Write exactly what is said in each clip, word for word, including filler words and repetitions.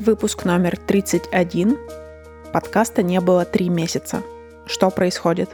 Выпуск номер тридцать один. Подкаста не было три месяца. Что происходит?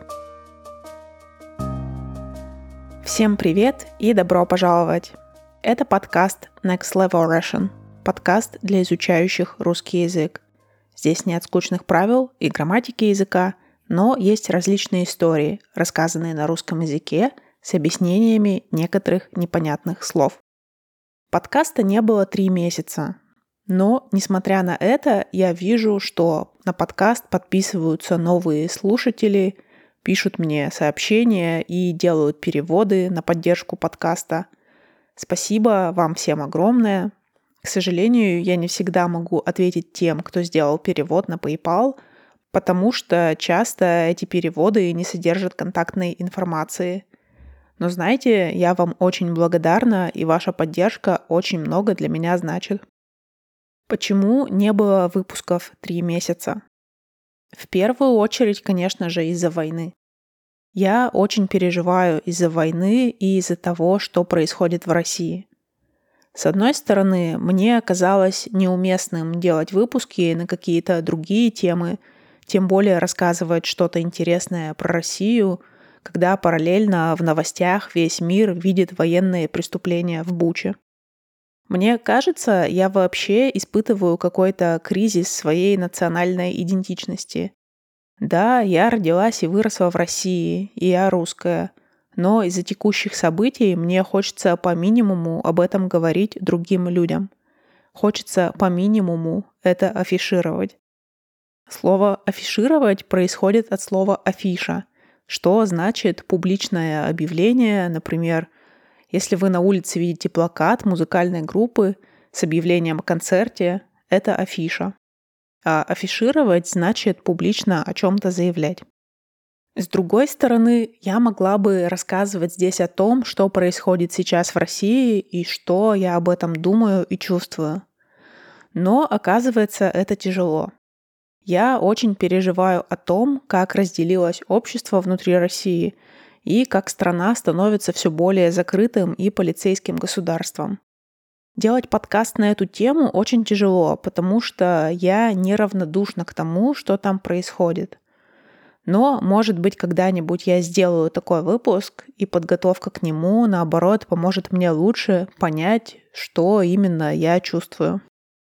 Всем привет и добро пожаловать! Это подкаст Next Level Russian. Подкаст для изучающих русский язык. Здесь нет скучных правил и грамматики языка, но есть различные истории, рассказанные на русском языке с объяснениями некоторых непонятных слов. Подкаста не было три месяца. Но, несмотря на это, я вижу, что на подкаст подписываются новые слушатели, пишут мне сообщения и делают переводы на поддержку подкаста. Спасибо вам всем огромное. К сожалению, я не всегда могу ответить тем, кто сделал перевод на PayPal, потому что часто эти переводы не содержат контактной информации. Но знаете, я вам очень благодарна, и ваша поддержка очень много для меня значит. Почему не было выпусков три месяца? В первую очередь, конечно же, из-за войны. Я очень переживаю из-за войны и из-за того, что происходит в России. С одной стороны, мне казалось неуместным делать выпуски на какие-то другие темы, тем более рассказывать что-то интересное про Россию, когда параллельно в новостях весь мир видит военные преступления в Буче. Мне кажется, я вообще испытываю какой-то кризис своей национальной идентичности. Да, я родилась и выросла в России, и я русская, но из-за текущих событий мне хочется по минимуму об этом говорить другим людям. Хочется по минимуму это афишировать. Слово «афишировать» происходит от слова «афиша», что значит публичное объявление, например, если вы на улице видите плакат музыкальной группы с объявлением о концерте, это афиша. А афишировать значит публично о чем-то заявлять. С другой стороны, я могла бы рассказывать здесь о том, что происходит сейчас в России и что я об этом думаю и чувствую. Но, оказывается, это тяжело. Я очень переживаю о том, как разделилось общество внутри России и как страна становится все более закрытым и полицейским государством. Делать подкаст на эту тему очень тяжело, потому что я неравнодушна к тому, что там происходит. Но, может быть, когда-нибудь я сделаю такой выпуск, и подготовка к нему, наоборот, поможет мне лучше понять, что именно я чувствую.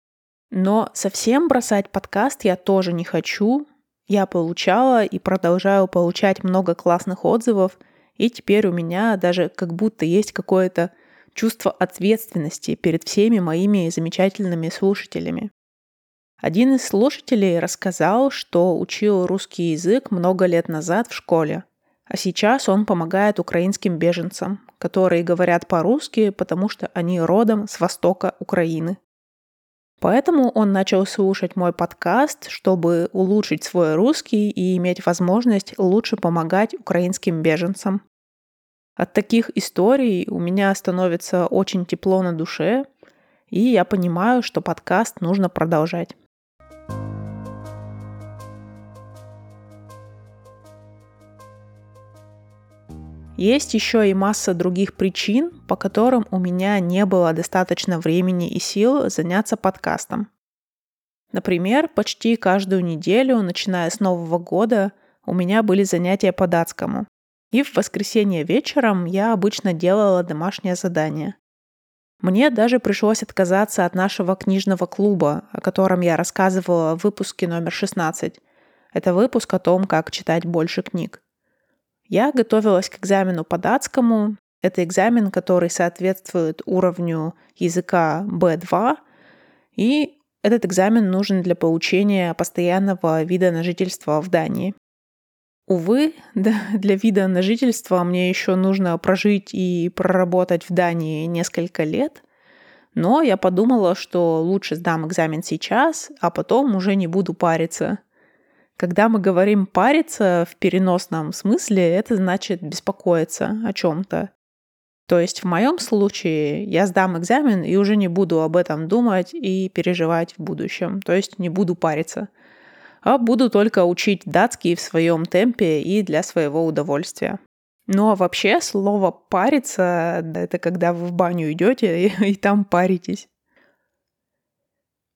Но совсем бросать подкаст я тоже не хочу. Я получала и продолжаю получать много классных отзывов, и теперь у меня даже как будто есть какое-то чувство ответственности перед всеми моими замечательными слушателями. Один из слушателей рассказал, что учил русский язык много лет назад в школе, а сейчас он помогает украинским беженцам, которые говорят по-русски, потому что они родом с востока Украины. Поэтому он начал слушать мой подкаст, чтобы улучшить свой русский и иметь возможность лучше помогать украинским беженцам. От таких историй у меня становится очень тепло на душе, и я понимаю, что подкаст нужно продолжать. Есть еще и масса других причин, по которым у меня не было достаточно времени и сил заняться подкастом. Например, почти каждую неделю, начиная с Нового года, у меня были занятия по датскому. И в воскресенье вечером я обычно делала домашнее задание. Мне даже пришлось отказаться от нашего книжного клуба, о котором я рассказывала в выпуске номер шестнадцать. Это выпуск о том, как читать больше книг. Я готовилась к экзамену по датскому. Это экзамен, который соответствует уровню языка би два. И этот экзамен нужен для получения постоянного вида на жительство в Дании. Увы, для вида на жительство мне еще нужно прожить и проработать в Дании несколько лет. Но я подумала, что лучше сдам экзамен сейчас, а потом уже не буду париться. Когда мы говорим «париться» в переносном смысле, это значит беспокоиться о чем-то. То есть в моем случае я сдам экзамен и уже не буду об этом думать и переживать в будущем. То есть не буду париться. А буду только учить датский в своем темпе и для своего удовольствия. Ну а вообще слово «париться» — это когда вы в баню идете и, и там паритесь.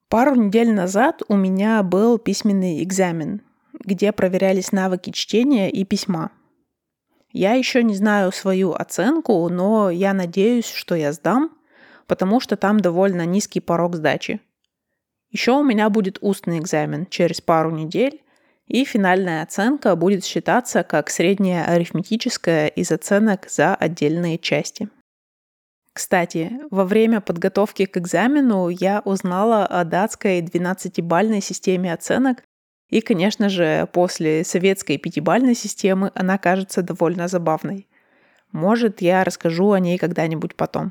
Пару недель назад у меня был письменный экзамен, где проверялись навыки чтения и письма. Я еще не знаю свою оценку, но я надеюсь, что я сдам, потому что там довольно низкий порог сдачи. Еще у меня будет устный экзамен через пару недель, и финальная оценка будет считаться как средняя арифметическая из оценок за отдельные части. Кстати, во время подготовки к экзамену я узнала о датской двенадцатибалльной системе оценок, и, конечно же, после советской пятибалльной системы она кажется довольно забавной. Может, я расскажу о ней когда-нибудь потом.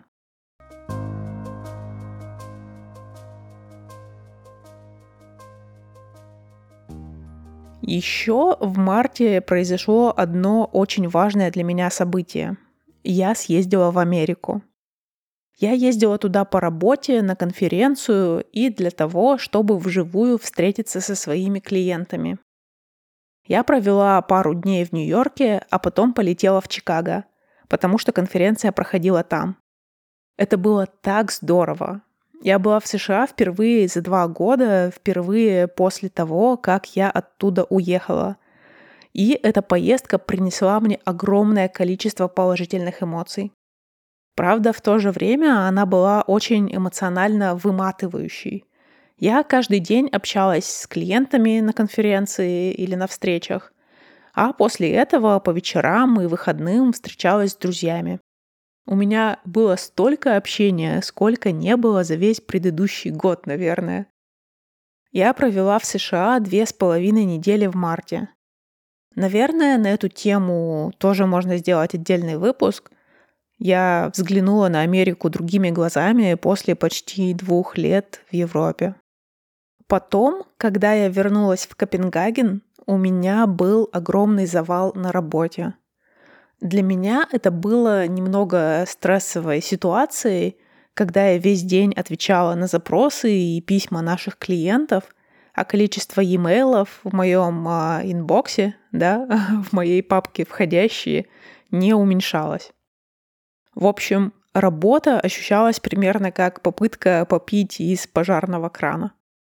Еще в марте произошло одно очень важное для меня событие. Я съездила в Америку. Я ездила туда по работе, на конференцию и для того, чтобы вживую встретиться со своими клиентами. Я провела пару дней в Нью-Йорке, а потом полетела в Чикаго, потому что конференция проходила там. Это было так здорово. Я была в США впервые за два года, впервые после того, как я оттуда уехала. И эта поездка принесла мне огромное количество положительных эмоций. Правда, в то же время она была очень эмоционально выматывающей. Я каждый день общалась с клиентами на конференции или на встречах, а после этого по вечерам и выходным встречалась с друзьями. У меня было столько общения, сколько не было за весь предыдущий год, наверное. Я провела в США две с половиной недели в марте. Наверное, на эту тему тоже можно сделать отдельный выпуск. Я взглянула на Америку другими глазами после почти двух лет в Европе. Потом, когда я вернулась в Копенгаген, у меня был огромный завал на работе. Для меня это было немного стрессовой ситуацией, когда я весь день отвечала на запросы и письма наших клиентов, а количество e-mail'ов в моем а, инбоксе, да, в моей папке входящие, не уменьшалось. В общем, работа ощущалась примерно как попытка попить из пожарного крана.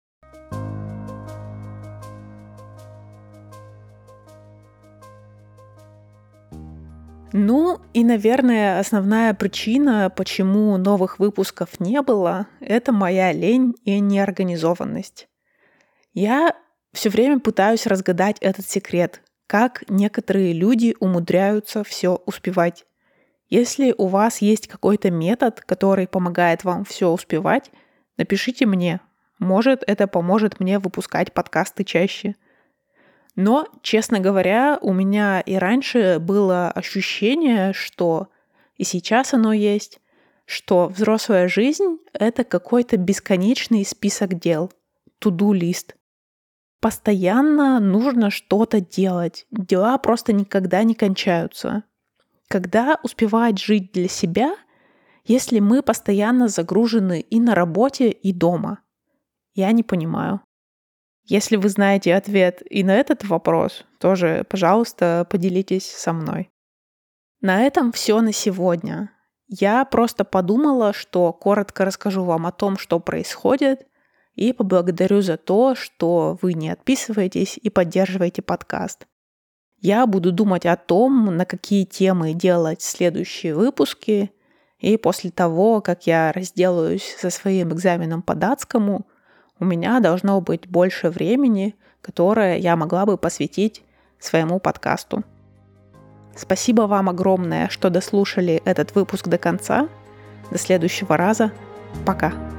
Ну и, наверное, основная причина, почему новых выпусков не было, это моя лень и неорганизованность. Я все время пытаюсь разгадать этот секрет, как некоторые люди умудряются все успевать. Если у вас есть какой-то метод, который помогает вам все успевать, напишите мне. Может, это поможет мне выпускать подкасты чаще. Но, честно говоря, у меня и раньше было ощущение, что, и сейчас оно есть, что взрослая жизнь — это какой-то бесконечный список дел, to-do-лист. Постоянно нужно что-то делать, дела просто никогда не кончаются. Когда успевать жить для себя, если мы постоянно загружены и на работе, и дома? Я не понимаю. Если вы знаете ответ и на этот вопрос, тоже, пожалуйста, поделитесь со мной. На этом все на сегодня. Я просто подумала, что коротко расскажу вам о том, что происходит, и поблагодарю за то, что вы не отписываетесь и поддерживаете подкаст. Я буду думать о том, на какие темы делать следующие выпуски, и после того, как я разделаюсь со своим экзаменом по датскому, у меня должно быть больше времени, которое я могла бы посвятить своему подкасту. Спасибо вам огромное, что дослушали этот выпуск до конца. До следующего раза. Пока.